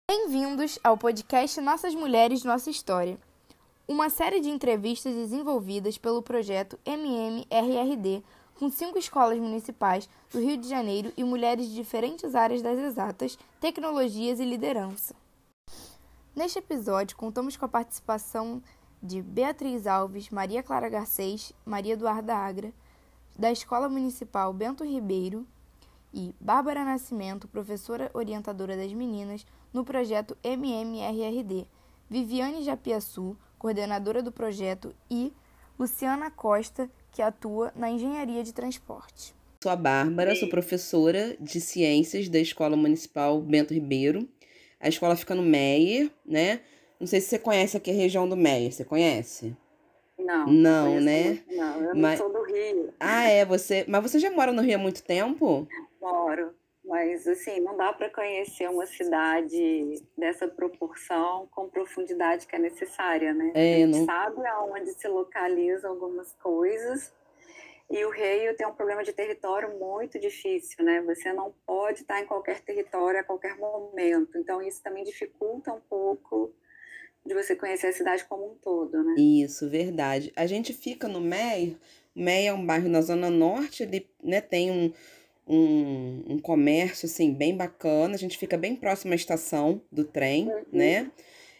Bem-vindos ao podcast Nossas Mulheres, Nossa História, uma série de entrevistas desenvolvidas pelo projeto MMRRD com 5 escolas municipais do Rio de Janeiro e mulheres de diferentes áreas das exatas, tecnologias e liderança. Neste episódio, contamos com a participação de Beatriz Alves, Maria Clara Garcês, Maria Eduarda Agra, da Escola Municipal Bento Ribeiro, e Bárbara Nascimento, professora orientadora das meninas no projeto MMRRD, Viviane Japiaçu, coordenadora do projeto, e Luciana Costa, que atua na engenharia de transporte. Sou a Bárbara, sou professora de ciências da Escola Municipal Bento Ribeiro. A escola fica no Meier, né? Não sei se você conhece aqui a região do Meier, você conhece? Não, né? Não, eu não sou do Rio. Mas você já mora no Rio há muito tempo? Moro, mas assim, não dá para conhecer uma cidade dessa proporção com profundidade que é necessária, né? A gente sabe aonde se localizam algumas coisas, e o Rio tem um problema de território muito difícil, né? Você não pode estar em qualquer território a qualquer momento, então isso também dificulta um pouco de você conhecer a cidade como um todo, né? Isso, verdade. A gente fica no Meier. O Meier é um bairro na Zona Norte, ele, né, tem um comércio, assim, bem bacana. A gente fica bem próximo à estação do trem, né?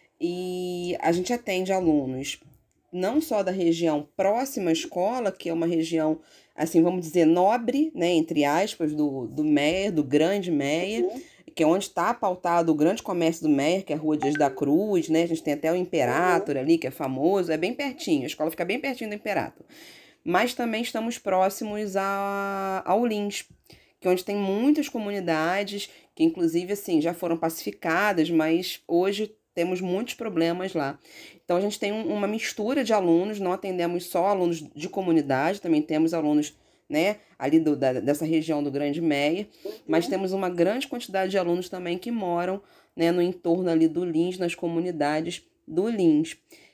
E a gente atende alunos não só da região próxima à escola, que é uma região, assim, vamos dizer, nobre, né, entre aspas, do Meier, do Grande Meier, que é onde está pautado o grande comércio do Meier, que é a Rua Dias da Cruz, né? A gente tem até o Imperator ali, que é famoso, é bem pertinho, a escola fica bem pertinho do Imperator. Mas também estamos próximos ao Lins, que é onde tem muitas comunidades, que inclusive, assim, já foram pacificadas, mas hoje temos muitos problemas lá. Então, a gente tem uma mistura de alunos, não atendemos só alunos de comunidade, também temos alunos, né, ali dessa região do Grande Meier, mas temos uma grande quantidade de alunos também que moram, né, no entorno ali do Lins, nas comunidades do Lins.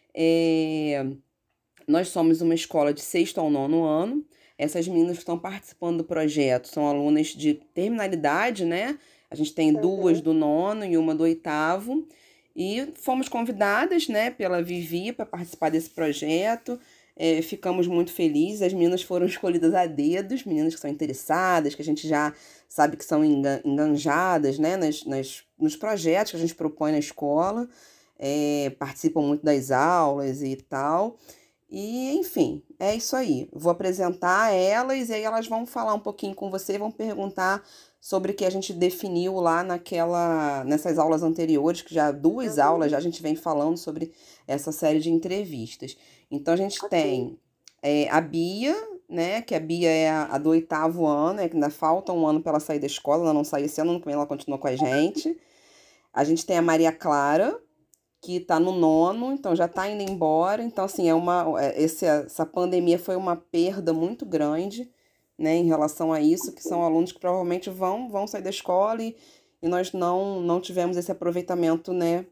Nós somos uma escola de 6º ao 9º ano. Essas meninas que estão participando do projeto são alunas de terminalidade, né? A gente tem 2 do 9º e uma do 8º. E fomos convidadas, né, pela Vivi para participar desse projeto. Ficamos muito felizes. As meninas foram escolhidas a dedos, meninas que são interessadas, que a gente já sabe que são enganjadas, né, nos projetos que a gente propõe na escola. Participam muito das aulas e tal. E, enfim, é isso aí. Vou apresentar elas e aí elas vão falar um pouquinho com você, vão perguntar sobre o que a gente definiu lá nessas aulas anteriores, que já 2 aulas já a gente vem falando sobre essa série de entrevistas. Então, a gente tem a Bia, né, que a Bia é a do 8º ano, que ainda falta um ano para ela sair da escola, ela não saiu esse ano, ela continua com a gente. A gente tem a Maria Clara, que tá no 9º, então já tá indo embora. Então, assim, essa pandemia foi uma perda muito grande, né, em relação a isso, que são alunos que provavelmente vão sair da escola e nós não tivemos esse aproveitamento, né,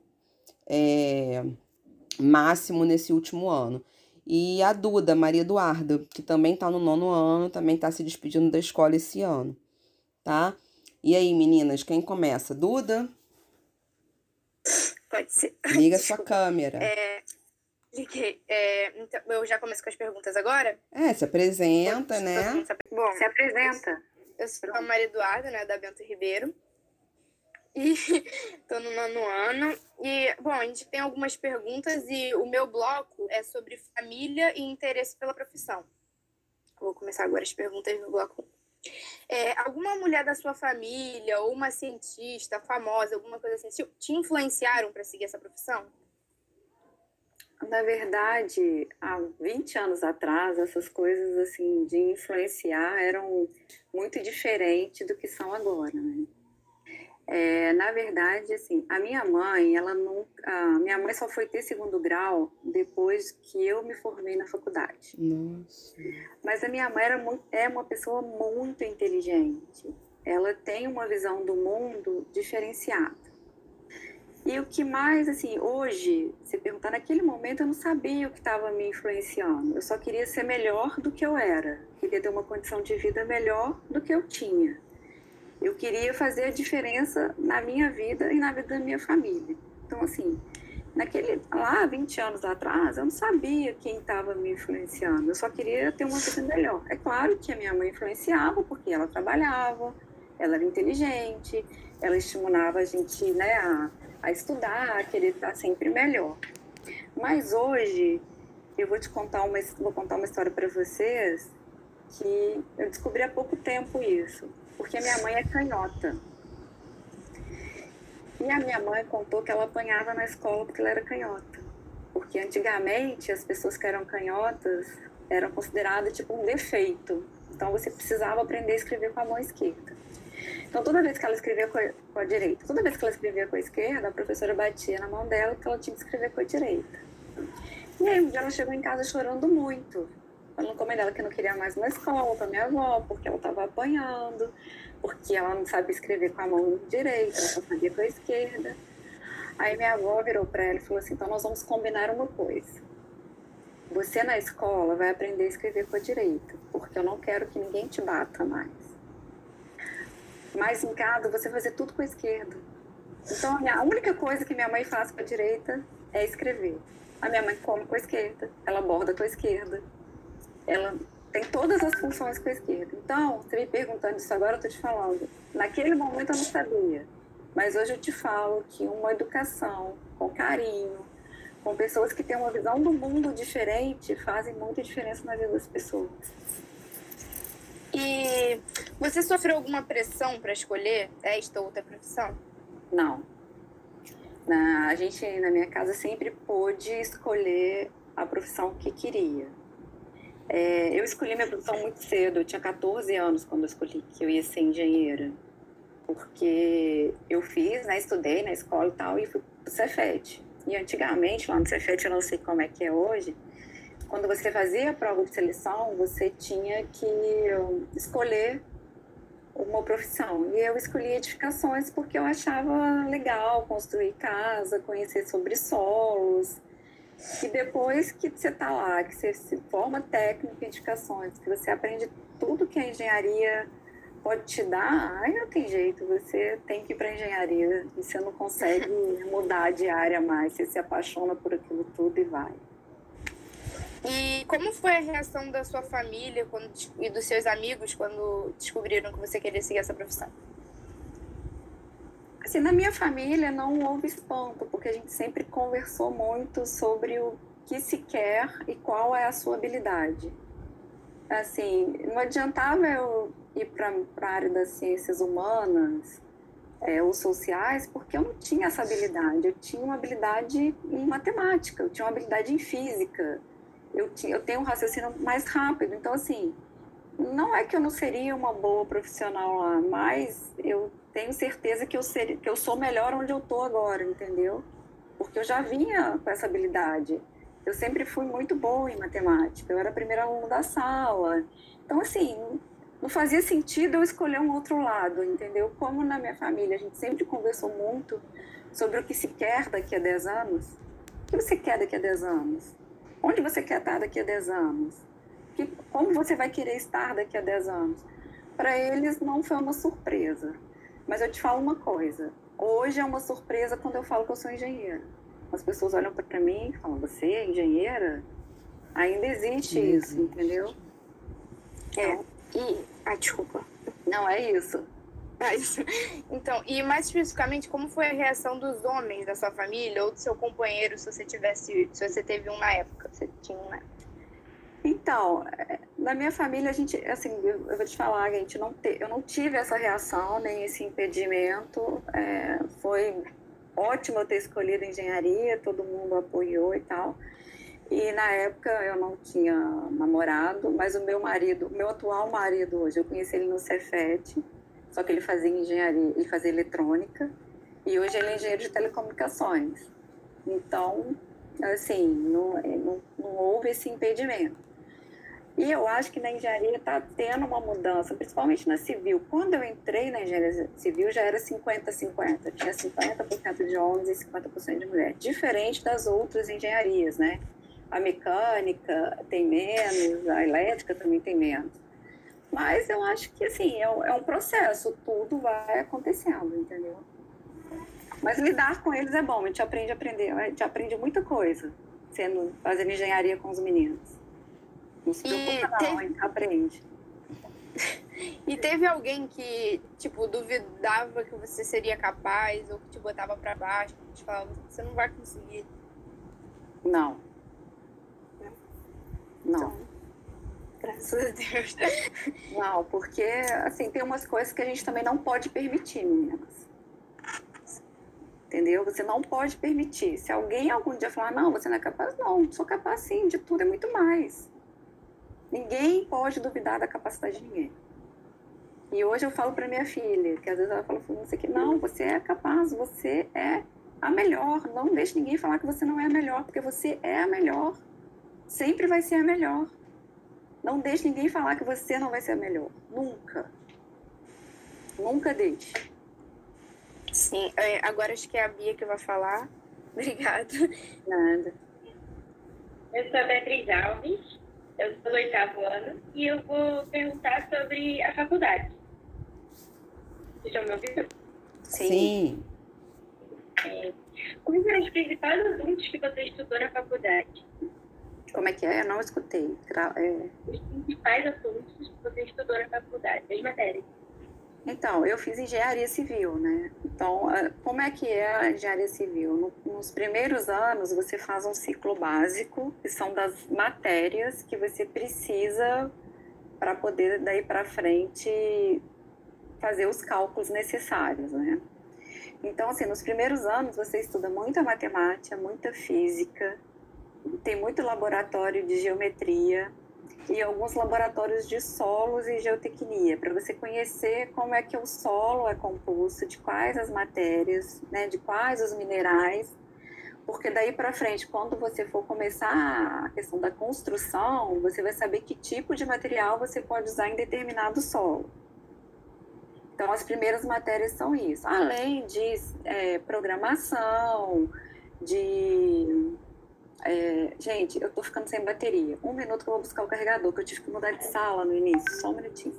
máximo nesse último ano. E a Duda, Maria Eduarda, que também tá no 9º ano, também tá se despedindo da escola esse ano, tá? E aí, meninas, quem começa? Duda? Pode ser. Liga sua câmera. Liguei. Então, eu já começo com as perguntas agora? Se apresenta, né? Bom, Se apresenta. eu sou a Maria Eduarda, né, da Bento Ribeiro. E tô no 9º ano. E, bom, a gente tem algumas perguntas e o meu bloco é sobre família e interesse pela profissão. Vou começar agora as perguntas no bloco 1. Alguma mulher da sua família ou uma cientista famosa, alguma coisa assim, te influenciaram para seguir essa profissão? Na verdade, há 20 anos atrás, essas coisas assim de influenciar eram muito diferentes do que são agora, né? Na verdade, assim, a minha mãe, minha mãe só foi ter 2º grau depois que eu me formei na faculdade. Nossa. Mas a minha mãe é uma pessoa muito inteligente. Ela tem uma visão do mundo diferenciada. E o que mais, assim, hoje, se perguntar, naquele momento eu não sabia o que estava me influenciando. Eu só queria ser melhor do que eu era. Queria ter uma condição de vida melhor do que eu tinha. Eu queria fazer a diferença na minha vida e na vida da minha família. Então, assim, lá 20 anos atrás, eu não sabia quem estava me influenciando. Eu só queria ter uma vida melhor. É claro que a minha mãe influenciava, porque ela trabalhava, ela era inteligente, ela estimulava a gente, né, a estudar, a querer estar sempre melhor. Mas hoje, eu vou contar uma história para vocês que eu descobri há pouco tempo isso. Porque a minha mãe é canhota. E a minha mãe contou que ela apanhava na escola porque ela era canhota. Porque antigamente as pessoas que eram canhotas eram consideradas tipo um defeito. Então você precisava aprender a escrever com a mão esquerda. Então toda vez que ela escrevia com a direita, toda vez que ela escrevia com a esquerda, a professora batia na mão dela que ela tinha que escrever com a direita. E aí um dia ela chegou em casa chorando muito. Falando com a mãe dela que não queria mais na escola, com a minha avó, porque ela estava apanhando, porque ela não sabia escrever com a mão direita, ela só sabia com a esquerda. Aí minha avó virou para ela e falou assim, então nós vamos combinar uma coisa. Você na escola vai aprender a escrever com a direita, porque eu não quero que ninguém te bata mais. Mas em casa você vai fazer tudo com a esquerda. Então a única coisa que minha mãe faz com a direita é escrever. A minha mãe come com a esquerda, ela borda com a esquerda. Ela tem todas as funções com a esquerda. Então, você me perguntando isso agora, eu estou te falando. Naquele momento eu não sabia. Mas hoje eu te falo que uma educação com carinho, com pessoas que têm uma visão do mundo diferente, fazem muita diferença na vida das pessoas. E você sofreu alguma pressão para escolher esta ou outra profissão? Não. A gente, na minha casa, sempre pôde escolher a profissão que queria. Eu escolhi minha profissão muito cedo, eu tinha 14 anos quando eu escolhi que eu ia ser engenheira, porque eu fiz, né, estudei na escola e tal, e fui pro Cefet. E antigamente, lá no Cefet, eu não sei como é que é hoje, quando você fazia a prova de seleção, você tinha que escolher uma profissão. E eu escolhi edificações porque eu achava legal construir casa, conhecer sobre solos. E depois que você está lá, que você se forma técnico em edificações, que você aprende tudo que a engenharia pode te dar, aí não tem jeito, você tem que ir para a engenharia e você não consegue mudar de área mais, você se apaixona por aquilo tudo e vai. E como foi a reação da sua família e dos seus amigos quando descobriram que você queria seguir essa profissão? Assim, na minha família não houve espanto, porque a gente sempre conversou muito sobre o que se quer e qual é a sua habilidade. Assim, não adiantava eu ir para a área das ciências humanas ou sociais, porque eu não tinha essa habilidade. Eu tinha uma habilidade em matemática, eu tinha uma habilidade em física, eu tenho um raciocínio mais rápido. Então, assim, não é que eu não seria uma boa profissional lá, mas eu tenho certeza que eu sou melhor onde eu estou agora, entendeu? Porque eu já vinha com essa habilidade. Eu sempre fui muito boa em matemática, eu era a primeira aluna da sala. Então, assim, não fazia sentido eu escolher um outro lado, entendeu? Como na minha família a gente sempre conversou muito sobre o que se quer daqui a 10 anos. O que você quer daqui a 10 anos? Onde você quer estar daqui a 10 anos? Como você vai querer estar daqui a 10 anos? Para eles não foi uma surpresa. Mas eu te falo uma coisa. Hoje é uma surpresa quando eu falo que eu sou engenheira. As pessoas olham para mim e falam, você é engenheira? Ainda existe isso, entendeu? Desculpa. Não, é isso. Então, e mais especificamente, como foi a reação dos homens da sua família ou do seu companheiro, se você teve um na época? Você tinha um na época? Então, na minha família, a gente, assim, eu vou te falar, gente, eu não tive essa reação, nem esse impedimento. Foi ótimo eu ter escolhido engenharia, todo mundo apoiou e tal. E na época eu não tinha namorado, mas o meu atual marido hoje, eu conheci ele no Cefet, só que ele fazia engenharia, ele fazia eletrônica, e hoje ele é engenheiro de telecomunicações. Então, assim, não houve esse impedimento. E eu acho que na engenharia está tendo uma mudança, principalmente na civil. Quando eu entrei na engenharia civil já era 50-50, tinha 50% de homens e 50% de mulheres, diferente das outras engenharias, né? A mecânica tem menos, a elétrica também tem menos. Mas eu acho que, assim, é um processo, tudo vai acontecendo, entendeu? Mas lidar com eles é bom, a gente aprende muita coisa fazendo engenharia com os meninos. Não se preocupa não, a gente aprende. E teve alguém que, tipo, duvidava que você seria capaz ou que te botava pra baixo, que te falava, você não vai conseguir? Não. Não. Então, graças a Deus. Não, porque, assim, tem umas coisas que a gente também não pode permitir, meninas. Entendeu? Você não pode permitir. Se alguém algum dia falar, não, você não é capaz, não, sou capaz sim, de tudo e muito mais. Ninguém pode duvidar da capacidade de ninguém. E hoje eu falo para minha filha, que às vezes ela fala assim, que não, você é capaz, você é a melhor. Não deixe ninguém falar que você não é a melhor, porque você é a melhor. Sempre vai ser a melhor. Não deixe ninguém falar que você não vai ser a melhor. Nunca. Nunca deixe. Sim, agora acho que é a Bia que vai falar. Obrigada. Nada. Eu sou a Beatriz Alves, eu sou do 8º ano e eu vou perguntar sobre a faculdade. Vocês estão me ouvindo? Sim. Quais são os principais assuntos que você estudou na faculdade? Como é que é? Eu não escutei. Os principais assuntos que você estudou na faculdade, as matérias. Então, eu fiz engenharia civil, né? Então, como é que é a engenharia civil? Nos primeiros anos, você faz um ciclo básico, que são das matérias que você precisa para poder, daí para frente, fazer os cálculos necessários, né? Então, assim, nos primeiros anos, você estuda muita matemática, muita física, tem muito laboratório de geometria, e alguns laboratórios de solos e geotecnia, para você conhecer como é que o solo é composto, de quais as matérias, né, de quais os minerais, porque daí para frente, quando você for começar a questão da construção, você vai saber que tipo de material você pode usar em determinado solo. Então, as primeiras matérias são isso, além de programação, de... gente, eu tô ficando sem bateria. 1 minuto que eu vou buscar o carregador, que eu tive que mudar de sala no início. Só um minutinho.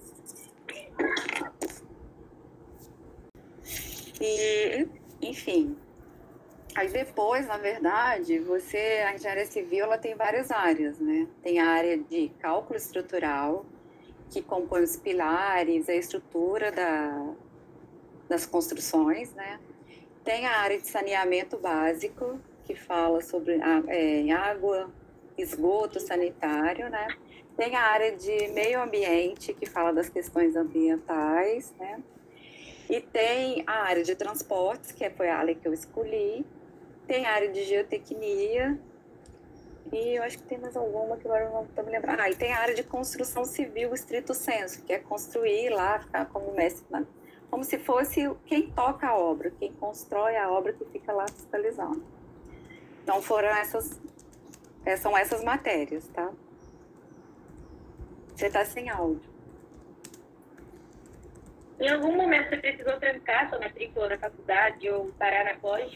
E, enfim. Aí depois, na verdade, a engenharia civil, ela tem várias áreas, né? Tem a área de cálculo estrutural, que compõe os pilares, a estrutura das construções, né? Tem a área de saneamento básico, que fala sobre água, esgoto sanitário, né? Tem a área de meio ambiente, que fala das questões ambientais, né? E tem a área de transportes, que foi a área que eu escolhi. Tem a área de geotecnia. E eu acho que tem mais alguma que agora eu não estou me lembrando. E tem a área de construção civil estrito sensu, que é construir lá, ficar como mestre, como se fosse quem toca a obra, quem constrói a obra que fica lá fiscalizando. Então, são essas matérias, tá? Você tá sem áudio. Em algum momento você precisou trancar sua matrícula na faculdade ou parar na pós?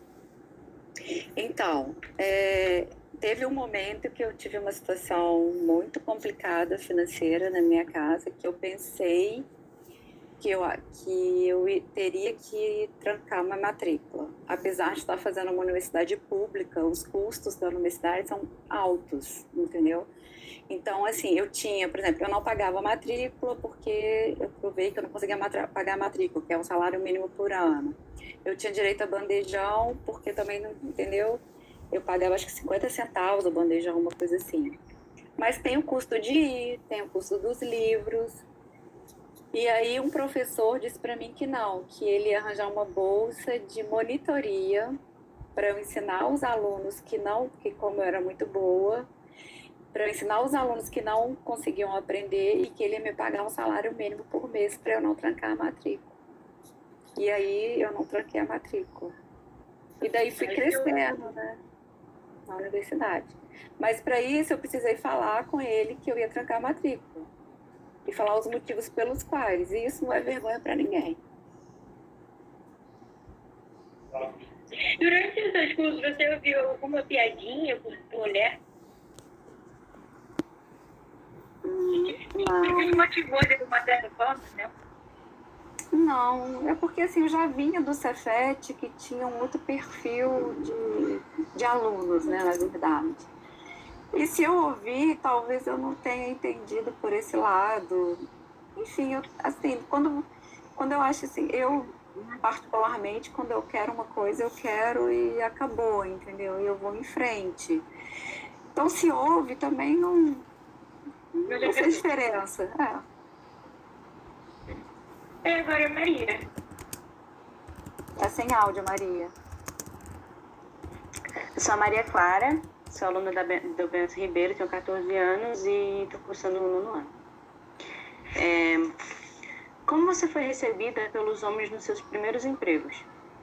Então, teve um momento que eu tive uma situação muito complicada financeira na minha casa, que eu pensei que eu teria que trancar uma matrícula. Apesar de estar fazendo uma universidade pública, os custos da universidade são altos, entendeu? Então, assim, por exemplo, eu não pagava matrícula porque eu provei que eu não conseguia pagar matrícula, que é um salário mínimo por ano. Eu tinha direito a bandejão, porque também, não, entendeu? Eu pagava acho que 50 centavos o bandejão, uma coisa assim. Mas tem o custo de ir, tem o custo dos livros. E aí um professor disse para mim que não, que ele ia arranjar uma bolsa de monitoria para eu ensinar os alunos que como eu era muito boa, para eu ensinar os alunos que não conseguiam aprender e que ele ia me pagar um salário mínimo por mês para eu não trancar a matrícula. E aí eu não tranquei a matrícula. E daí fui crescendo, né, na universidade. Mas para isso eu precisei falar com ele que eu ia trancar a matrícula. E falar os motivos pelos quais. E isso não é vergonha para ninguém. Durante os seus cursos, você ouviu alguma piadinha com mulher? Não. Isso motivou de uma certa forma, né? Não, é porque assim, eu já vinha do Cefet, que tinha um outro perfil de alunos, né, na verdade. E se eu ouvir, talvez eu não tenha entendido por esse lado. Enfim, assim, quando eu acho assim, eu particularmente, quando eu quero uma coisa, eu quero e acabou, entendeu? E eu vou em frente. Então, se ouve, também não faz diferença. Agora é Maria. Tá sem áudio, Maria. Eu sou a Maria Clara, sou aluna do Bento Ribeiro, tenho 14 anos e estou cursando no 9º ano. Como você foi recebida pelos homens nos seus primeiros empregos?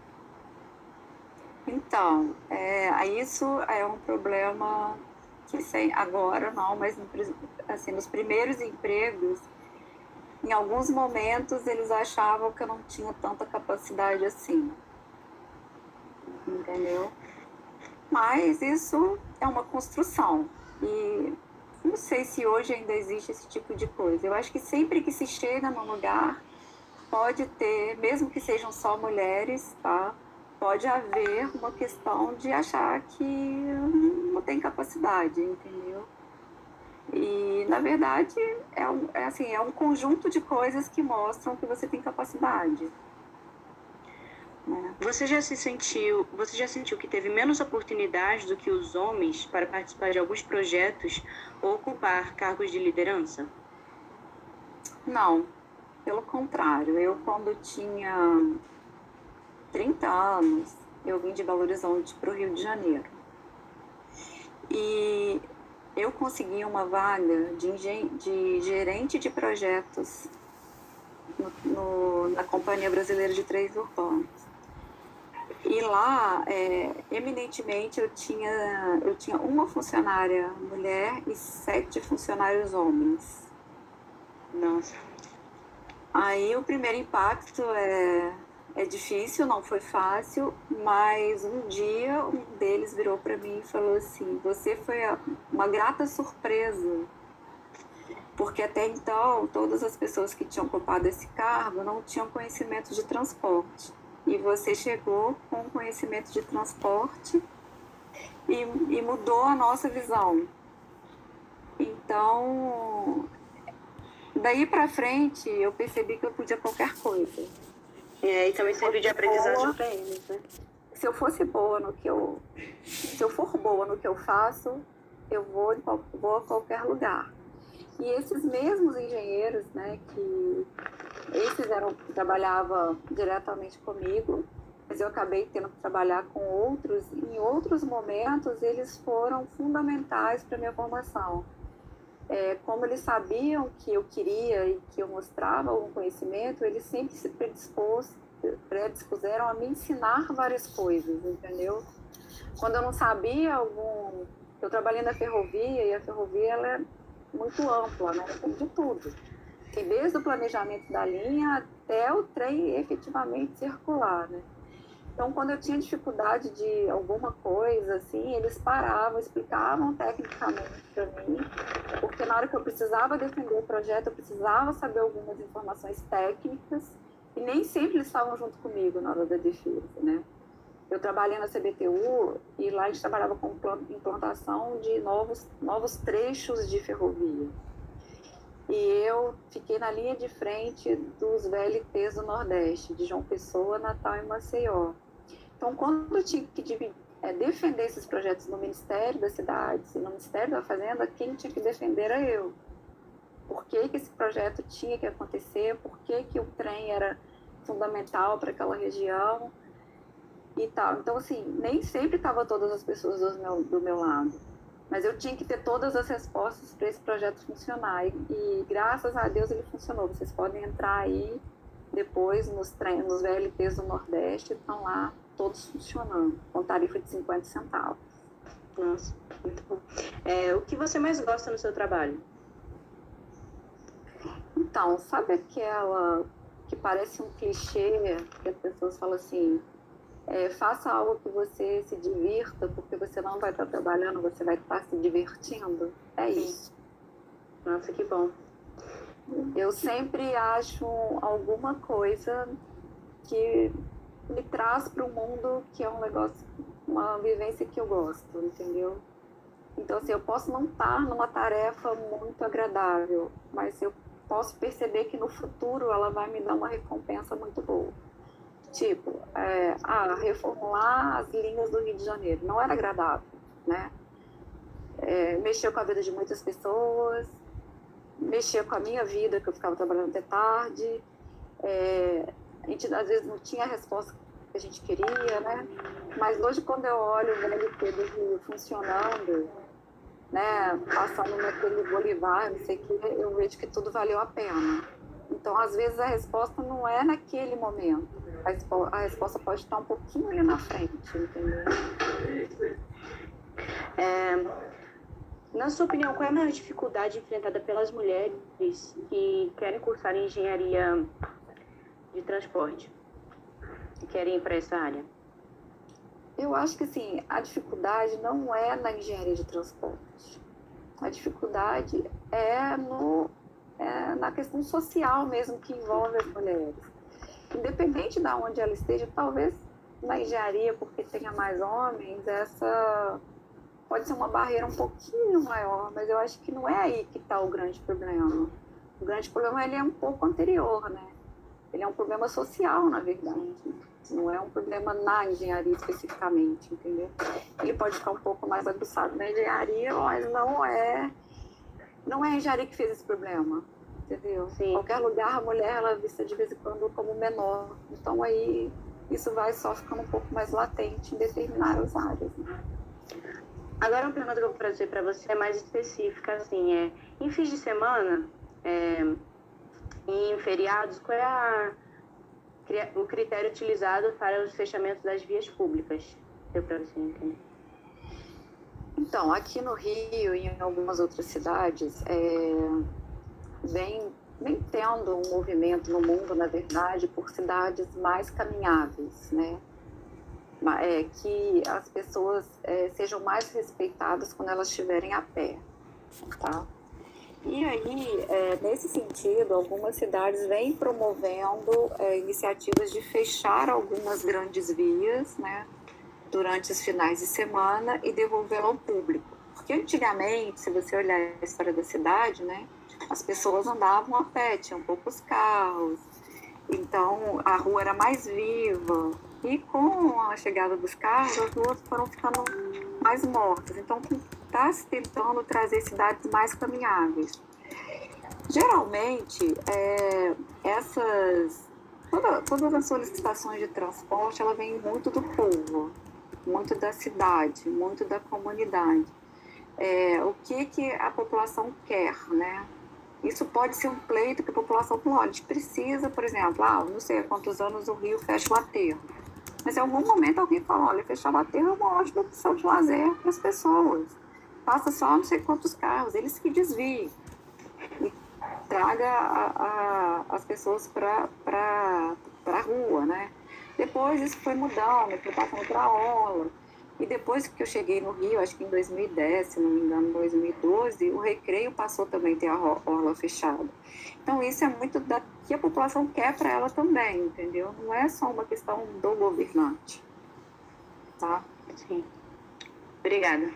Então, isso é um problema que agora não, mas assim, nos primeiros empregos, em alguns momentos eles achavam que eu não tinha tanta capacidade assim, entendeu? Mas isso é uma construção e não sei se hoje ainda existe esse tipo de coisa. Eu acho que sempre que se chega num lugar, pode ter, mesmo que sejam só mulheres, tá? Pode haver uma questão de achar que não tem capacidade, entendeu? E, na verdade, é um conjunto de coisas que mostram que você tem capacidade. Você já sentiu que teve menos oportunidades do que os homens para participar de alguns projetos ou ocupar cargos de liderança? Não, pelo contrário. Eu, quando tinha 30 anos, eu vim de Belo Horizonte para o Rio de Janeiro. E eu consegui uma vaga de gerente de projetos na Companhia Brasileira de Trens Urbanos. E lá, eminentemente, eu tinha uma funcionária mulher e 7 funcionários homens. Nossa. Aí o primeiro impacto é difícil, não foi fácil, mas um dia um deles virou para mim e falou assim: você foi uma grata surpresa, porque até então todas as pessoas que tinham ocupado esse cargo não tinham conhecimento de transporte. E você chegou com conhecimento de transporte e mudou a nossa visão. Então, daí para frente, eu percebi que eu podia qualquer coisa. E também serve de aprendizagem para eles, né? Se eu for boa no que eu faço, eu vou a qualquer lugar. E esses mesmos engenheiros, né, que trabalhavam diretamente comigo, mas eu acabei tendo que trabalhar com outros, e em outros momentos eles foram fundamentais para a minha formação. Como eles sabiam que eu queria e que eu mostrava algum conhecimento, eles sempre se predispuseram a me ensinar várias coisas, entendeu? Quando eu não sabia eu trabalhei na ferrovia, e a ferrovia ela é muito ampla, né? Tem de tudo. Tem desde o planejamento da linha até o trem efetivamente circular, né? Então, quando eu tinha dificuldade de alguma coisa, assim, eles paravam, explicavam tecnicamente para mim, porque na hora que eu precisava defender o projeto, eu precisava saber algumas informações técnicas, e nem sempre eles estavam junto comigo na hora da defesa, né? Eu trabalhei na CBTU e lá a gente trabalhava com implantação de novos trechos de ferrovia. E eu fiquei na linha de frente dos VLTs do Nordeste, de João Pessoa, Natal e Maceió. Então, quando eu tinha que defender esses projetos no Ministério das Cidades e no Ministério da Fazenda, quem tinha que defender era eu. Por que esse projeto tinha que acontecer, por que o trem era fundamental para aquela região e tal. Então, assim, nem sempre estavam todas as pessoas do meu lado, mas eu tinha que ter todas as respostas para esse projeto funcionar. E graças a Deus ele funcionou. Vocês podem entrar aí depois nos VLTs do Nordeste, estão lá todos funcionando, com tarifa de 50 centavos. Nossa, muito bom. O que você mais gosta no seu trabalho? Então, sabe aquela que parece um clichê, que as pessoas falam assim, faça algo que você se divirta, porque você não vai estar trabalhando, você vai estar se divertindo? É isso. Nossa, que bom. Eu sempre acho alguma coisa que me traz para o mundo que é um negócio, uma vivência que eu gosto, entendeu? Então, assim, eu posso não estar numa tarefa muito agradável, mas eu posso perceber que no futuro ela vai me dar uma recompensa muito boa. Tipo, reformular as linhas do Rio de Janeiro. Não era agradável, né? Mexeu com a vida de muitas pessoas, mexeu com a minha vida, que eu ficava trabalhando até tarde. A gente, às vezes, não tinha a resposta que a gente queria, né? Mas hoje, quando eu olho o VLT do Rio funcionando, né, passando naquele Bolivar, não sei o que, eu vejo que tudo valeu a pena. Então, às vezes, a resposta não é naquele momento. A resposta pode estar um pouquinho ali na frente, entendeu? Na sua opinião, qual é a maior dificuldade enfrentada pelas mulheres que querem cursar engenharia de transporte, que querem ir para essa área? Eu acho que, assim, a dificuldade não é na engenharia de transporte. A dificuldade é na questão social mesmo, que envolve as mulheres. Independente de onde ela esteja, talvez na engenharia, porque tenha mais homens, essa pode ser uma barreira um pouquinho maior, mas eu acho que não é aí que está o grande problema. O grande problema ele é um pouco anterior, né? Ele é um problema social, na verdade. Não é um problema na engenharia especificamente, entendeu? Ele pode ficar um pouco mais aguçado na engenharia, mas não é a engenharia que fez esse problema, entendeu? Sim. Em qualquer lugar, a mulher ela é vista de vez em quando como menor. Então, aí, isso vai só ficando um pouco mais latente em determinadas áreas, né? Agora, uma pergunta que eu vou trazer para você é mais específica, assim, em fins de semana, em feriados, qual é o critério utilizado para os fechamentos das vias públicas? Deu para você entender? Então, aqui no Rio e em algumas outras cidades, vem tendo um movimento no mundo, na verdade, por cidades mais caminháveis, né? Que as pessoas sejam mais respeitadas quando elas estiverem a pé, tá? E aí, nesse sentido, algumas cidades vêm promovendo iniciativas de fechar algumas grandes vias, né, durante os finais de semana e devolvê-la ao público. Porque antigamente, se você olhar a história da cidade, né, as pessoas andavam a pé, tinham poucos carros, então a rua era mais viva. E com a chegada dos carros, as ruas foram ficando mais mortas. Então, está se tentando trazer cidades mais caminháveis. Geralmente, todas as solicitações de transporte, ela vem muito do povo, muito da cidade, muito da comunidade. O que a população quer, né? Isso pode ser um pleito que a população fala, olha, a gente precisa, por exemplo, não sei há quantos anos o Rio fecha o aterro. Mas em algum momento alguém fala, olha, fechar o aterro é uma ótima opção de lazer para as pessoas. Passa só não sei quantos carros, eles que desviem. E traga as pessoas para a rua, né? Depois isso foi mudando, foi passando para a orla. E depois que eu cheguei no Rio, acho que em 2010, se não me engano, em 2012, o Recreio passou também a ter a orla fechada. Então isso é muito da que a população quer para ela também, entendeu? Não é só uma questão do governante. Tá? Sim. Obrigada.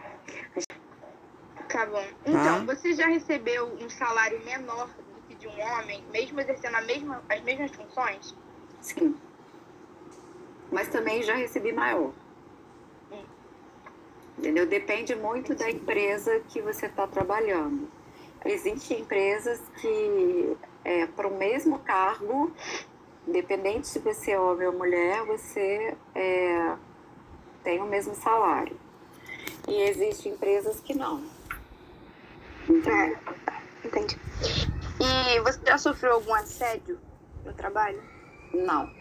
Tá bom. Então, você já recebeu um salário menor do que de um homem, mesmo exercendo as mesmas funções? Sim. Mas também já recebi maior. Entendeu? Depende muito da empresa que você está trabalhando. Existem empresas que, para o mesmo cargo, independente se você é homem ou mulher, você tem o mesmo salário. E existem empresas que não. Entendi. E você já sofreu algum assédio no trabalho? Não.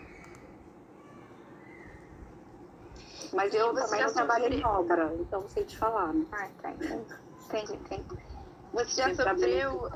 Mas eu também não trabalho em obra, então não sei te falar, né? Tá. Entendi. Você já sofreu,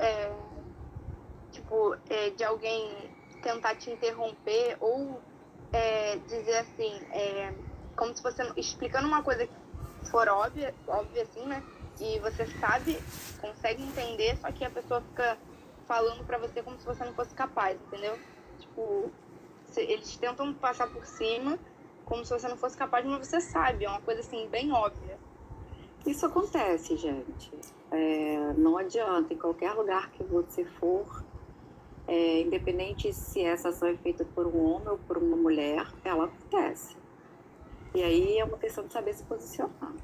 de alguém tentar te interromper ou dizer assim, como se você explicando uma coisa que for óbvia assim, né? E você sabe, consegue entender, só que a pessoa fica falando pra você como se você não fosse capaz, entendeu? Tipo, eles tentam passar por cima como se você não fosse capaz, mas você sabe, é uma coisa assim, bem óbvia. Isso acontece, gente. Não adianta, em qualquer lugar que você for, independente se essa ação é feita por um homem ou por uma mulher, ela acontece. E aí é uma questão de saber se posicionar.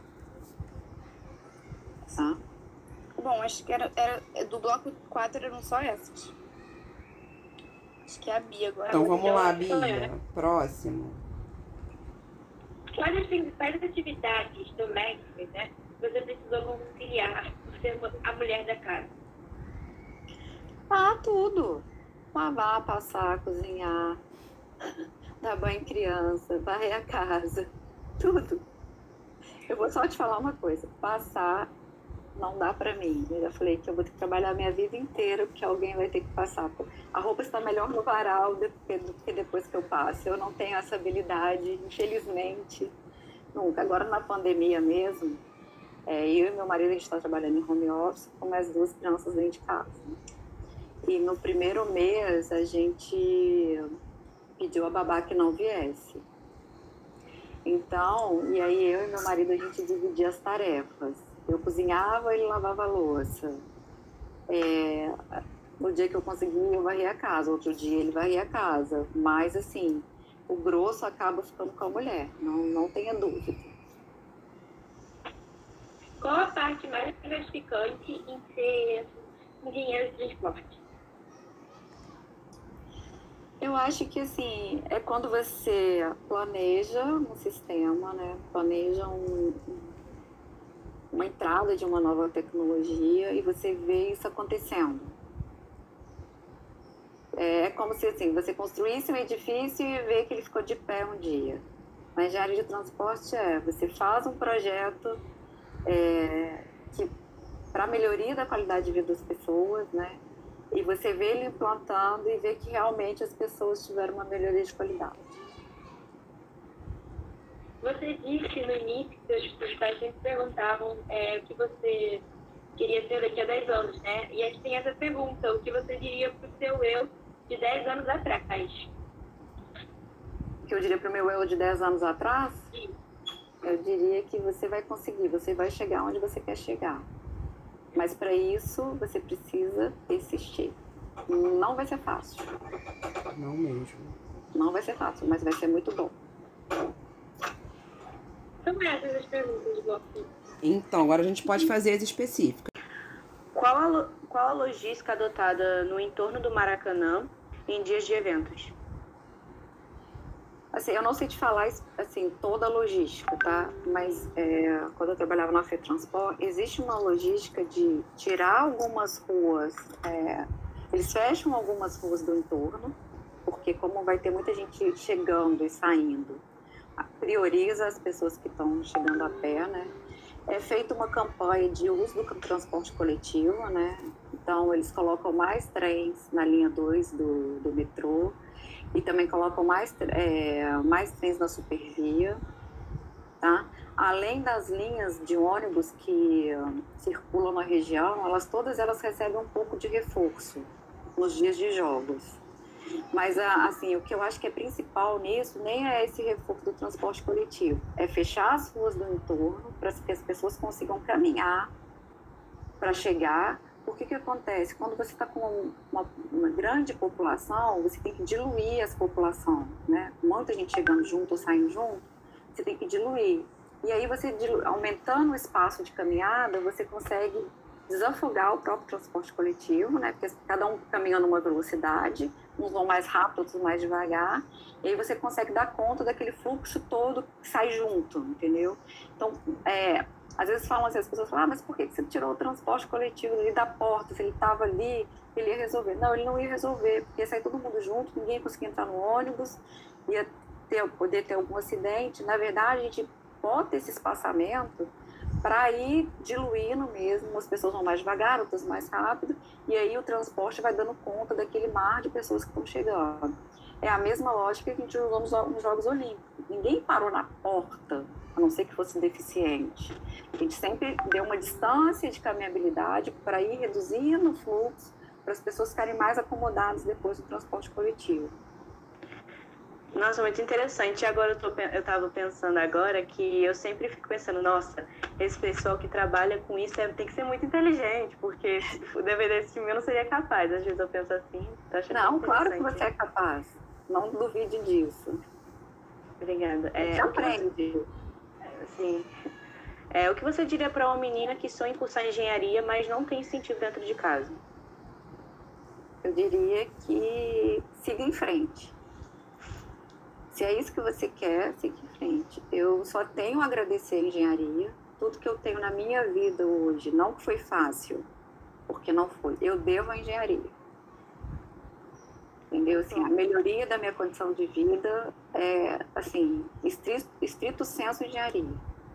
Tá? Bom, acho que era do bloco 4 eram só essas. Acho que é a Bia agora. Então vamos lá, Bia. Próximo. Quais as principais atividades domésticas, né, você precisou conciliar por ser a mulher da casa? Tudo. Lavar, passar, cozinhar, dar banho em criança, varrer a casa, tudo. Eu vou só te falar uma coisa, passar não dá pra mim. Eu já falei que eu vou ter que trabalhar a minha vida inteira porque alguém vai ter que passar. A roupa está melhor no varal do que depois que eu passo. Eu não tenho essa habilidade, infelizmente, nunca. Agora na pandemia mesmo, eu e meu marido, a gente está trabalhando em home office com as 2 crianças dentro de casa. E no primeiro mês a gente pediu a babá que não viesse. Então, e aí eu e meu marido, a gente dividia as tarefas. Eu cozinhava, ele lavava a louça. No dia que eu conseguia, eu varria a casa. Outro dia ele varria a casa. Mas, assim, o grosso acaba ficando com a mulher. Não tenha dúvida. Qual a parte mais gratificante em ser engenheiro de transporte? Eu acho que, assim, é quando você planeja um sistema, né? Planeja uma entrada de uma nova tecnologia e você vê isso acontecendo. É como se, assim, você construísse um edifício e vê que ele ficou de pé um dia. Na engenharia de transporte você faz um projeto para melhoria da qualidade de vida das pessoas, né? E você vê ele implantando e vê que realmente as pessoas tiveram uma melhoria de qualidade. Você disse no início que os pais sempre perguntavam o que você queria ser daqui a 10 anos, né? E aqui tem essa pergunta, o que você diria para o seu eu de 10 anos atrás? O que eu diria para o meu eu de 10 anos atrás? Sim. Eu diria que você vai conseguir, você vai chegar onde você quer chegar. Mas para isso, você precisa persistir. Não vai ser fácil. Não mesmo. Não vai ser fácil, mas vai ser muito bom. São essas as perguntas do bloco. Então, agora a gente pode fazer as específicas. Qual a logística adotada no entorno do Maracanã em dias de eventos? Assim, eu não sei te falar assim, toda a logística, tá? Mas quando eu trabalhava na FETransport, existe uma logística de tirar algumas ruas. Eles fecham algumas ruas do entorno, porque como vai ter muita gente chegando e saindo, prioriza as pessoas que estão chegando a pé, né? É feita uma campanha de uso do transporte coletivo, né? Então, eles colocam mais trens na linha 2 do metrô e também colocam mais trens na Supervia, tá? Além das linhas de ônibus que circulam na região, todas elas recebem um pouco de reforço nos dias de jogos. Mas, assim, o que eu acho que é principal nisso nem é esse reforço do transporte coletivo, é fechar as ruas do entorno para que as pessoas consigam caminhar para chegar. Porque que acontece? Quando você está com uma grande população, você tem que diluir essa população, né? Muita gente chegando junto ou saindo junto, você tem que diluir. E aí, você aumentando o espaço de caminhada, você consegue desafogar o próprio transporte coletivo, né? Porque cada um caminhando uma velocidade, uns vão mais rápido, outros mais devagar, e aí você consegue dar conta daquele fluxo todo que sai junto, entendeu? Então, às vezes falam assim, as pessoas falam, mas por que você tirou o transporte coletivo ali da porta? Se ele estava ali, ele ia resolver. Não, ele não ia resolver, porque ia sair todo mundo junto, ninguém ia conseguir entrar no ônibus, ia poder ter algum acidente. Na verdade, a gente bota esse espaçamento para ir diluindo mesmo, as pessoas vão mais devagar, outras mais rápido, e aí o transporte vai dando conta daquele mar de pessoas que estão chegando. É a mesma lógica que a gente usou nos Jogos Olímpicos. Ninguém parou na porta, a não ser que fosse deficiente. A gente sempre deu uma distância de caminhabilidade para ir reduzindo o fluxo, para as pessoas ficarem mais acomodadas depois do transporte coletivo. Nossa, muito interessante. Agora eu estava pensando agora que eu sempre fico pensando, nossa, esse pessoal que trabalha com isso tem que ser muito inteligente, porque se dependesse de mim eu não seria capaz. Às vezes eu penso assim. Não, claro que você é capaz. Não duvide disso. Obrigada. Você aprende. Sim. O que você diria para uma menina que sonha em cursar engenharia, mas não tem sentido dentro de casa? Eu diria que siga em frente. Se é isso que você quer, siga em frente. Eu só tenho a agradecer a engenharia. Tudo que eu tenho na minha vida hoje, não que foi fácil, porque não foi. Eu devo à engenharia. Entendeu? Assim, a melhoria da minha condição de vida é, assim, estrito senso engenharia.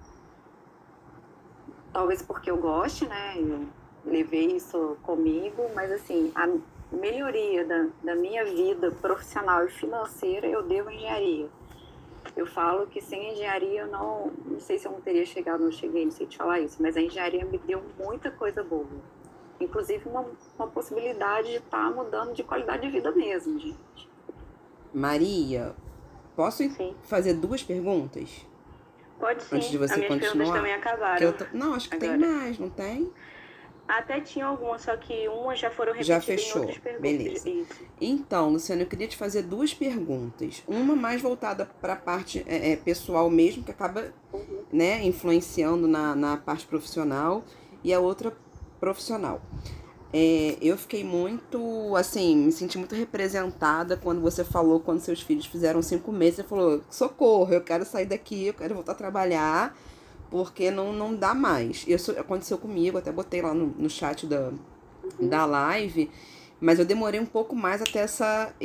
Talvez porque eu goste, né? Eu levei isso comigo, mas assim, a melhoria da minha vida profissional e financeira eu devo à engenharia. Eu falo que sem engenharia eu não sei se eu não teria chegado, não cheguei, não sei te falar isso, mas a engenharia me deu muita coisa boa. Inclusive uma possibilidade de estar mudando de qualidade de vida mesmo, gente. Maria, posso fazer 2 perguntas? Pode sim. Antes de você as minhas continuar. Perguntas também acabaram. Não, acho que agora. Tem mais, não tem? Até tinha algumas, só que umas já foram repetidas Já fechou. em outras perguntas. Beleza. Isso. Então, Luciana, eu queria te fazer 2 perguntas. Uma mais voltada para a parte pessoal mesmo, que acaba né, influenciando na parte profissional, e a outra profissional. Eu fiquei muito, assim, me senti muito representada quando você falou, quando seus filhos fizeram 5 meses, você falou, socorro, eu quero sair daqui, eu quero voltar a trabalhar, porque não dá mais. Isso aconteceu comigo, até botei lá no chat da live, mas eu demorei um pouco mais até essa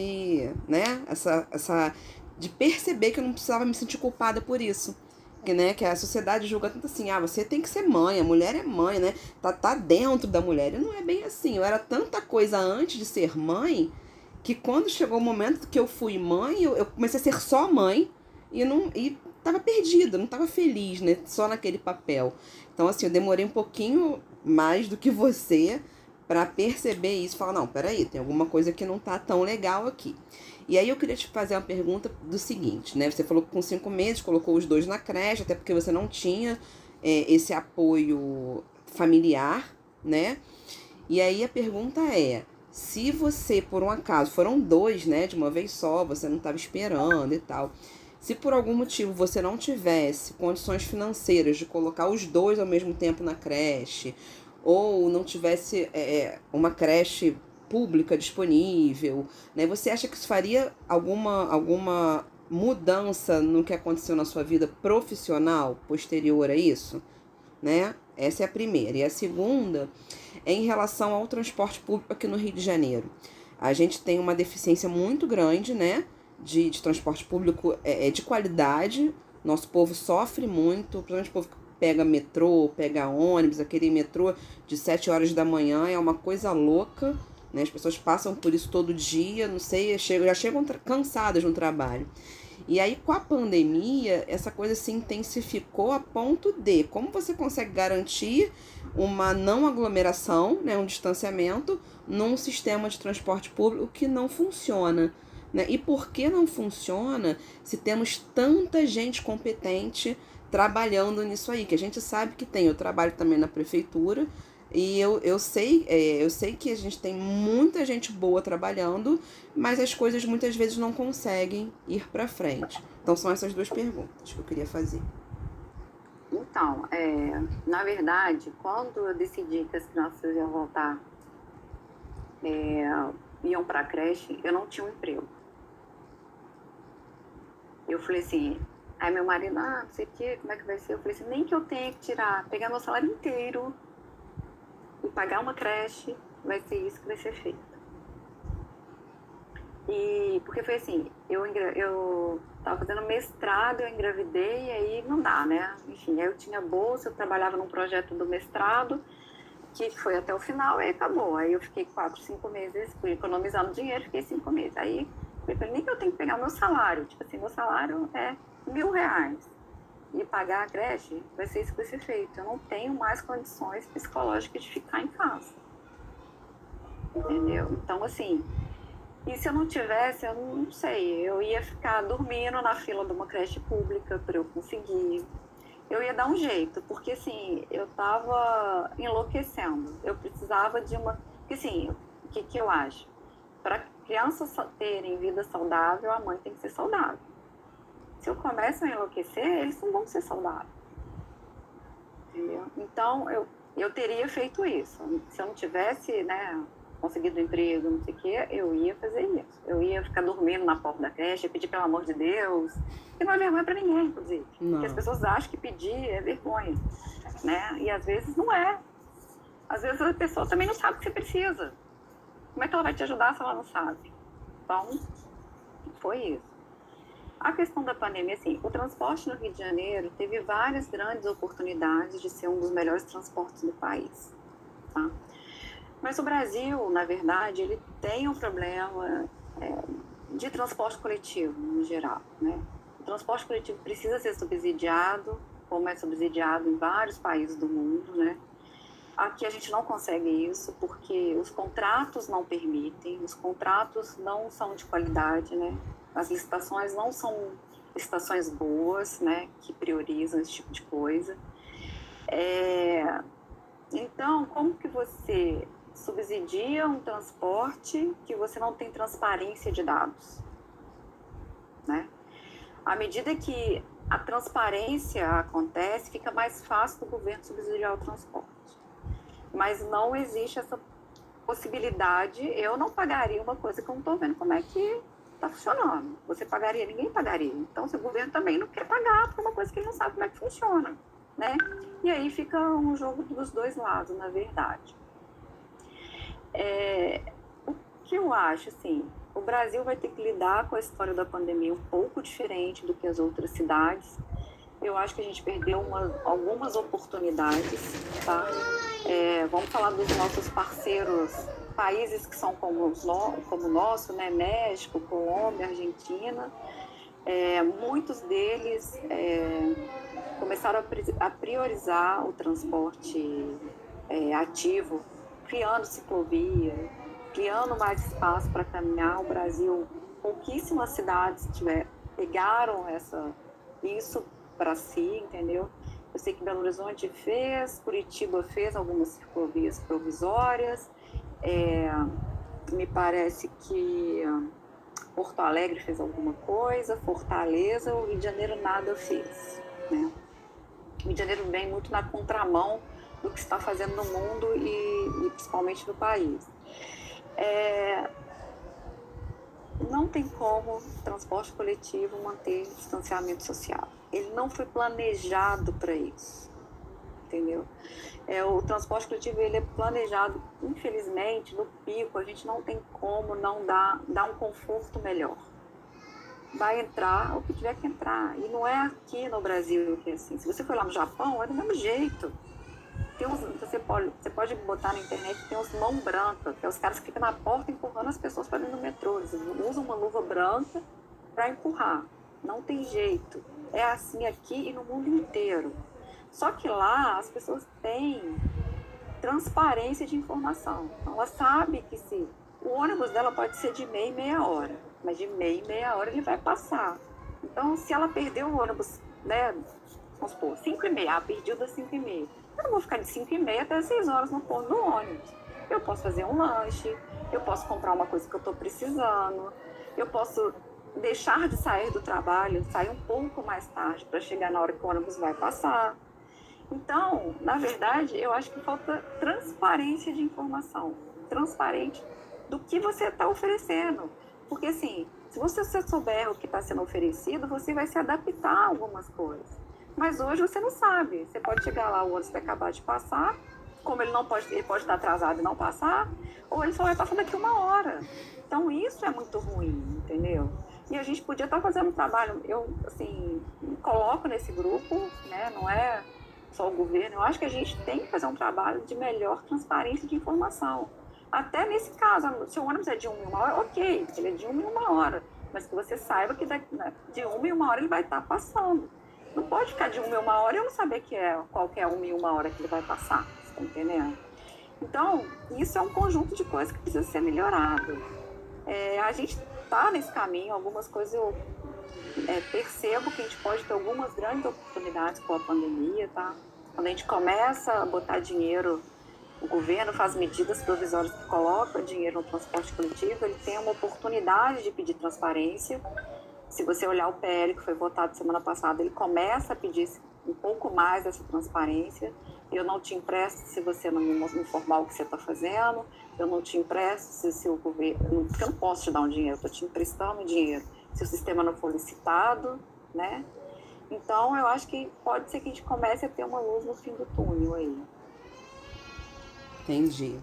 de perceber que eu não precisava me sentir culpada por isso. Que a sociedade julga tanto assim, você tem que ser mãe, a mulher é mãe, né? Tá dentro da mulher. E não é bem assim. Eu era tanta coisa antes de ser mãe, que quando chegou o momento que eu fui mãe, eu comecei a ser só mãe e tava perdida, não tava feliz, né? Só naquele papel. Então, assim, eu demorei um pouquinho mais do que você para perceber isso. Falar, não, peraí, tem alguma coisa que não tá tão legal aqui. E aí eu queria te fazer uma pergunta do seguinte, né? Você falou que com 5 meses colocou os 2 na creche, até porque você não tinha esse apoio familiar, né? E aí a pergunta é, se você, por um acaso, foram 2, né, de uma vez só, você não estava esperando e tal, se por algum motivo você não tivesse condições financeiras de colocar os 2 ao mesmo tempo na creche, ou não tivesse uma creche pública disponível, né? Você acha que isso faria alguma mudança no que aconteceu na sua vida profissional posterior a isso, né? Essa é a primeira. E a segunda é em relação ao transporte público aqui no Rio de Janeiro. A gente tem uma deficiência muito grande, né, de transporte público de qualidade. Nosso povo sofre muito, principalmente o povo que pega metrô, pega ônibus, aquele metrô de 7 horas da manhã é uma coisa louca. Né? As pessoas passam por isso todo dia, não sei, já chegam cansadas no trabalho. E aí, com a pandemia, essa coisa se intensificou a ponto de como você consegue garantir uma não aglomeração, né, um distanciamento, num sistema de transporte público que não funciona. Né? E por que não funciona se temos tanta gente competente trabalhando nisso aí? Que a gente sabe que tem. Eu trabalho também na prefeitura, e eu sei que a gente tem muita gente boa trabalhando, mas as coisas muitas vezes não conseguem ir para frente. Então são essas 2 perguntas que eu queria fazer. Então, na verdade, quando eu decidi que as crianças iam voltar, iam para a creche, eu não tinha um emprego. Eu falei assim, aí meu marido, não sei o que, como é que vai ser? Eu falei assim, nem que eu tenha que pegar meu salário inteiro e pagar uma creche, vai ser isso que vai ser feito. E porque foi assim, eu tava fazendo mestrado, eu engravidei, e aí não dá, né? Enfim, aí eu tinha bolsa, eu trabalhava num projeto do mestrado, que foi até o final, aí acabou. Aí eu fiquei 4, 5 meses, fui economizando dinheiro, fiquei 5 meses. Aí eu falei, nem que eu tenho que pegar meu salário, tipo assim, meu salário é R$1.000. E pagar a creche, vai ser isso que vai ser feito. Eu não tenho mais condições psicológicas de ficar em casa. entendeu? Então, assim, e se eu não tivesse, eu não sei, eu ia ficar dormindo na fila de uma creche pública para eu conseguir. Eu ia dar um jeito, porque assim, eu tava enlouquecendo. Eu precisava de uma... Porque assim, o que eu acho? Para crianças terem vida saudável, a mãe tem que ser saudável. Se eu começo a enlouquecer, eles não vão ser saudáveis. Entendeu? Então, eu teria feito isso. Se eu não tivesse, né, conseguido emprego, não sei o quê, eu ia fazer isso. Eu ia ficar dormindo na porta da creche, pedir pelo amor de Deus. Que não é vergonha para ninguém, inclusive. Não. Porque as pessoas acham que pedir é vergonha, né? E às vezes não é. Às vezes a pessoa também não sabe o que você precisa. Como é que ela vai te ajudar se ela não sabe? Então, foi isso. A questão da pandemia, assim, o transporte no Rio de Janeiro teve várias grandes oportunidades de ser um dos melhores transportes do país, tá? Mas o Brasil, na verdade, ele tem um problema de transporte coletivo, no geral, né? O transporte coletivo precisa ser subsidiado, como é subsidiado em vários países do mundo, né? Aqui a gente não consegue isso porque os contratos não permitem, os contratos não são de qualidade, né? As licitações não são licitações boas, né? Que priorizam esse tipo de coisa. Então, como que você subsidia um transporte que você não tem transparência de dados, né? À medida que a transparência acontece, fica mais fácil do governo subsidiar o transporte. Mas não existe essa possibilidade. Eu não pagaria uma coisa que eu não estou vendo como é que está funcionando. Você pagaria? Ninguém pagaria. Então, se o governo também não quer pagar por uma coisa que ele não sabe como é que funciona, né? E aí fica um jogo dos dois lados, na verdade. O que eu acho, assim, o Brasil vai ter que lidar com a história da pandemia um pouco diferente do que as outras cidades. Eu acho que a gente perdeu algumas oportunidades, tá? Vamos falar dos nossos parceiros, países que são como o nosso, né? México, Colômbia, Argentina. Muitos deles começaram a priorizar o transporte ativo, criando ciclovia, criando mais espaço para caminhar. O Brasil, pouquíssimas cidades pegaram isso para si, entendeu? Eu sei que Belo Horizonte fez, Curitiba fez algumas ciclovias provisórias, me parece que Porto Alegre fez alguma coisa, Fortaleza, o Rio de Janeiro nada fez, né? O Rio de Janeiro vem muito na contramão do que está fazendo no mundo e principalmente no país. Não tem como o transporte coletivo manter distanciamento social. Ele não foi planejado para isso, entendeu? O transporte coletivo ele é planejado, infelizmente, no pico, a gente não tem como não dar um conforto melhor. Vai entrar o que tiver que entrar. E não é aqui no Brasil que é assim. Se você for lá no Japão, é do mesmo jeito. Você pode botar na internet, tem uns mão branca, que é os caras que ficam na porta empurrando as pessoas para dentro do metrô. Eles usam uma luva branca para empurrar. Não tem jeito. É assim aqui e no mundo inteiro. Só que lá as pessoas têm transparência de informação. Então, ela sabe que se o ônibus dela pode ser de meia em meia hora, mas de meia em meia hora ele vai passar. Então, se ela perdeu o ônibus, né, vamos supor, 5h30, perdeu das 5h30. Eu não vou ficar de 5h30 até 6 horas no ponto do ônibus. Eu posso fazer um lanche, eu posso comprar uma coisa que eu estou precisando, eu posso deixar de sair do trabalho, sair um pouco mais tarde para chegar na hora que o ônibus vai passar. Então, na verdade, eu acho que falta transparência de informação, transparente do que você está oferecendo. Porque, assim, se você souber o que está sendo oferecido, você vai se adaptar a algumas coisas. Mas hoje você não sabe. Você pode chegar lá, o ônibus vai acabar de passar, como ele pode estar atrasado e não passar, ou ele só vai passar daqui 1 hora. Então, isso é muito ruim, entendeu? E a gente podia estar fazendo um trabalho, eu, assim, me coloco nesse grupo, né? Não é só o governo. Eu acho que a gente tem que fazer um trabalho de melhor transparência de informação. Até nesse caso, se o ônibus é de 1 em 1 hora, ok, ele é de 1 em 1 hora, mas que você saiba que de 1 em 1 hora ele vai estar passando. Não pode ficar de 1 em 1 hora e eu não saber qual que é 1 em 1 hora que ele vai passar, você tá entendendo? Então, isso é um conjunto de coisas que precisa ser melhorado. A gente está nesse caminho, algumas coisas eu percebo que a gente pode ter algumas grandes oportunidades com a pandemia, tá? Quando a gente começa a botar dinheiro, o governo faz medidas provisórias que colocam dinheiro no transporte coletivo, ele tem uma oportunidade de pedir transparência. Se você olhar o PL que foi votado semana passada, ele começa a pedir um pouco mais dessa transparência. Eu não te empresto se você não me informar o que você está fazendo, eu não te empresto se o governo... Porque eu não posso te dar um dinheiro, eu estou te emprestando dinheiro se o sistema não for licitado, né? Então, eu acho que pode ser que a gente comece a ter uma luz no fim do túnel aí. Entendi.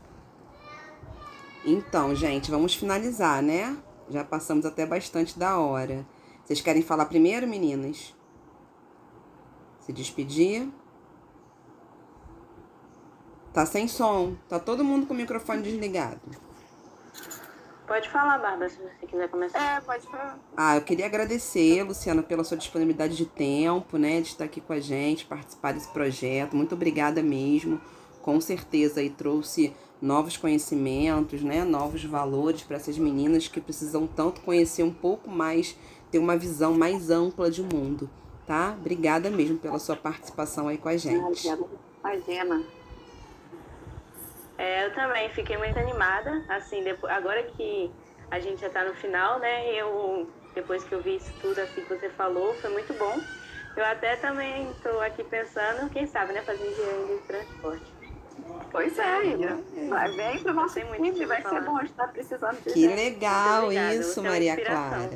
Então, gente, vamos finalizar, né? Já passamos até bastante da hora. Vocês querem falar primeiro, meninas? Se despedir? Tá sem som. Tá todo mundo com o microfone desligado. Pode falar, Bárbara, se você quiser começar. Pode falar. Eu queria agradecer, Luciana, pela sua disponibilidade de tempo, né? De estar aqui com a gente, participar desse projeto. Muito obrigada mesmo. Com certeza aí trouxe novos conhecimentos, né? Novos valores para essas meninas que precisam tanto conhecer um pouco mais, ter uma visão mais ampla de mundo, tá? Obrigada mesmo pela sua participação aí com a gente. Imagina. Eu também fiquei muito animada, assim, agora que a gente já tá no final, né, depois que eu vi isso tudo assim que você falou, foi muito bom. Eu até também tô aqui pensando, quem sabe, né, fazer engenharia de transporte. Pois vai bem pro nosso time, vai ser bom, a gente tá precisando de Que legal isso, Maria Clara.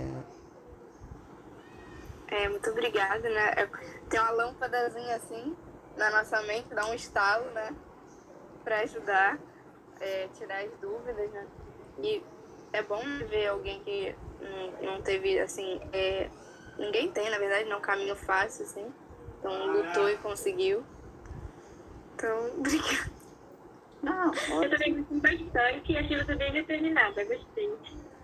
Muito obrigada, né? Tem uma lâmpadazinha assim na nossa mente, dá um estalo, né? Para ajudar, tirar as dúvidas, né? E é bom ver alguém que não teve, assim, ninguém tem, na verdade, não é um caminho fácil, assim. Então, lutou e conseguiu. Então, obrigada. Eu também gostei bastante e achei você bem determinada, gostei.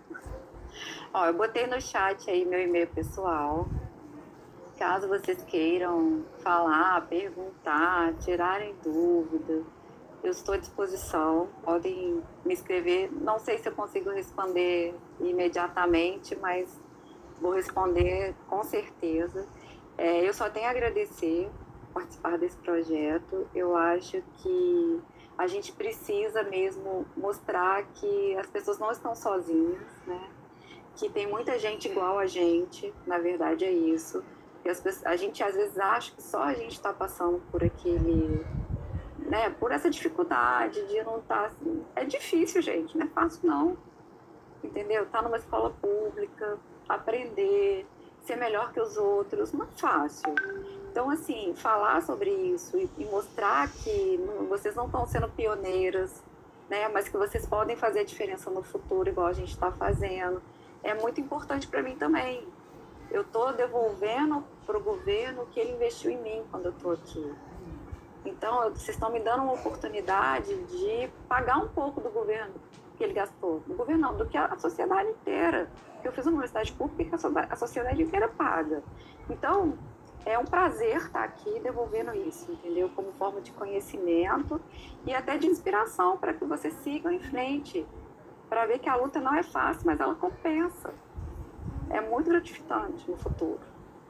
Eu botei no chat aí meu e-mail pessoal. Caso vocês queiram falar, perguntar, tirarem dúvidas, eu estou à disposição, podem me escrever. Não sei se eu consigo responder imediatamente, mas vou responder com certeza. Eu só tenho a agradecer por participar desse projeto. Eu acho que a gente precisa mesmo mostrar que as pessoas não estão sozinhas, né? Que tem muita gente igual a gente, na verdade é isso. A gente às vezes acha que só a gente está passando por aquele... né, por essa dificuldade de não estar assim. É difícil, gente, não é fácil não, entendeu? Estar numa escola pública, aprender, ser melhor que os outros, não é fácil. Então, assim, falar sobre isso e mostrar que vocês não estão sendo pioneiras, né, mas que vocês podem fazer a diferença no futuro, igual a gente está fazendo, é muito importante para mim também. Eu estou devolvendo para o governo o que ele investiu em mim quando eu estou aqui. Então, vocês estão me dando uma oportunidade de pagar um pouco do governo que ele gastou. Do governo não, do que a sociedade inteira. Porque eu fiz uma universidade pública que a sociedade inteira paga. Então, é um prazer estar aqui devolvendo isso, entendeu? Como forma de conhecimento e até de inspiração para que vocês sigam em frente. Para ver que a luta não é fácil, mas ela compensa. É muito gratificante no futuro.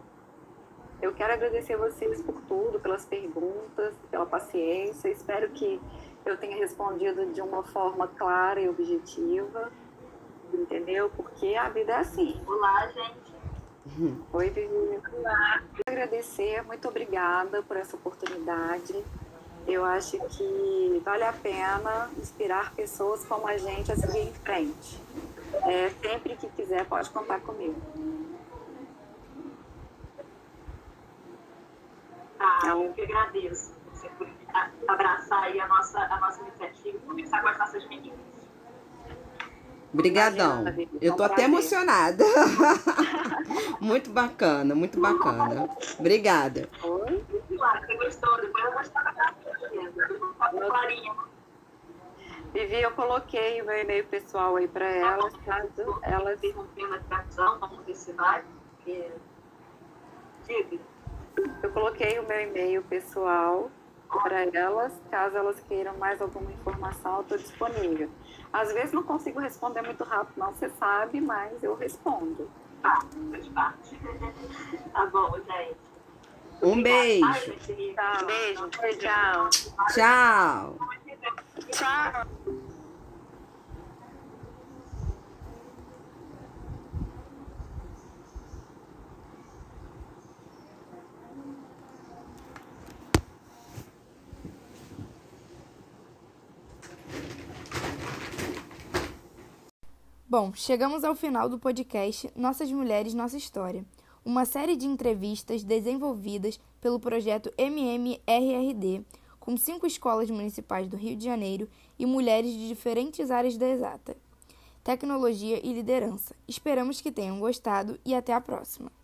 Eu quero agradecer a vocês por tudo, pelas perguntas, pela paciência. Espero que eu tenha respondido de uma forma clara e objetiva, entendeu? Porque a vida é assim. Olá, gente. Oi, Vivi. Olá. Agradecer, muito obrigada por essa oportunidade. Eu acho que vale a pena inspirar pessoas como a gente a seguir em frente. Sempre que quiser, pode contar comigo. Eu que agradeço você por abraçar aí a nossa iniciativa e começar com as nossas meninas. Obrigadão. Eu tô até emocionada. Muito bacana, muito bacana. Obrigada. Oi? Você gostou? Depois eu vou estar com Clarinha. Vivi, eu coloquei o meu e-mail pessoal aí para elas, caso elas... Vamos ensinar. Eu coloquei o meu e-mail pessoal para elas, caso elas queiram mais alguma informação, eu estou disponível. Às vezes não consigo responder muito rápido, não, você sabe, mas eu respondo. Faz parte. Tá bom, gente. Um beijo. Beijo. Tchau. Tchau. Tchau. Bom, chegamos ao final do podcast Nossas Mulheres, Nossa História, uma série de entrevistas desenvolvidas pelo projeto MMRRD, com 5 escolas municipais do Rio de Janeiro e mulheres de diferentes áreas da exata, tecnologia e liderança. Esperamos que tenham gostado e até a próxima!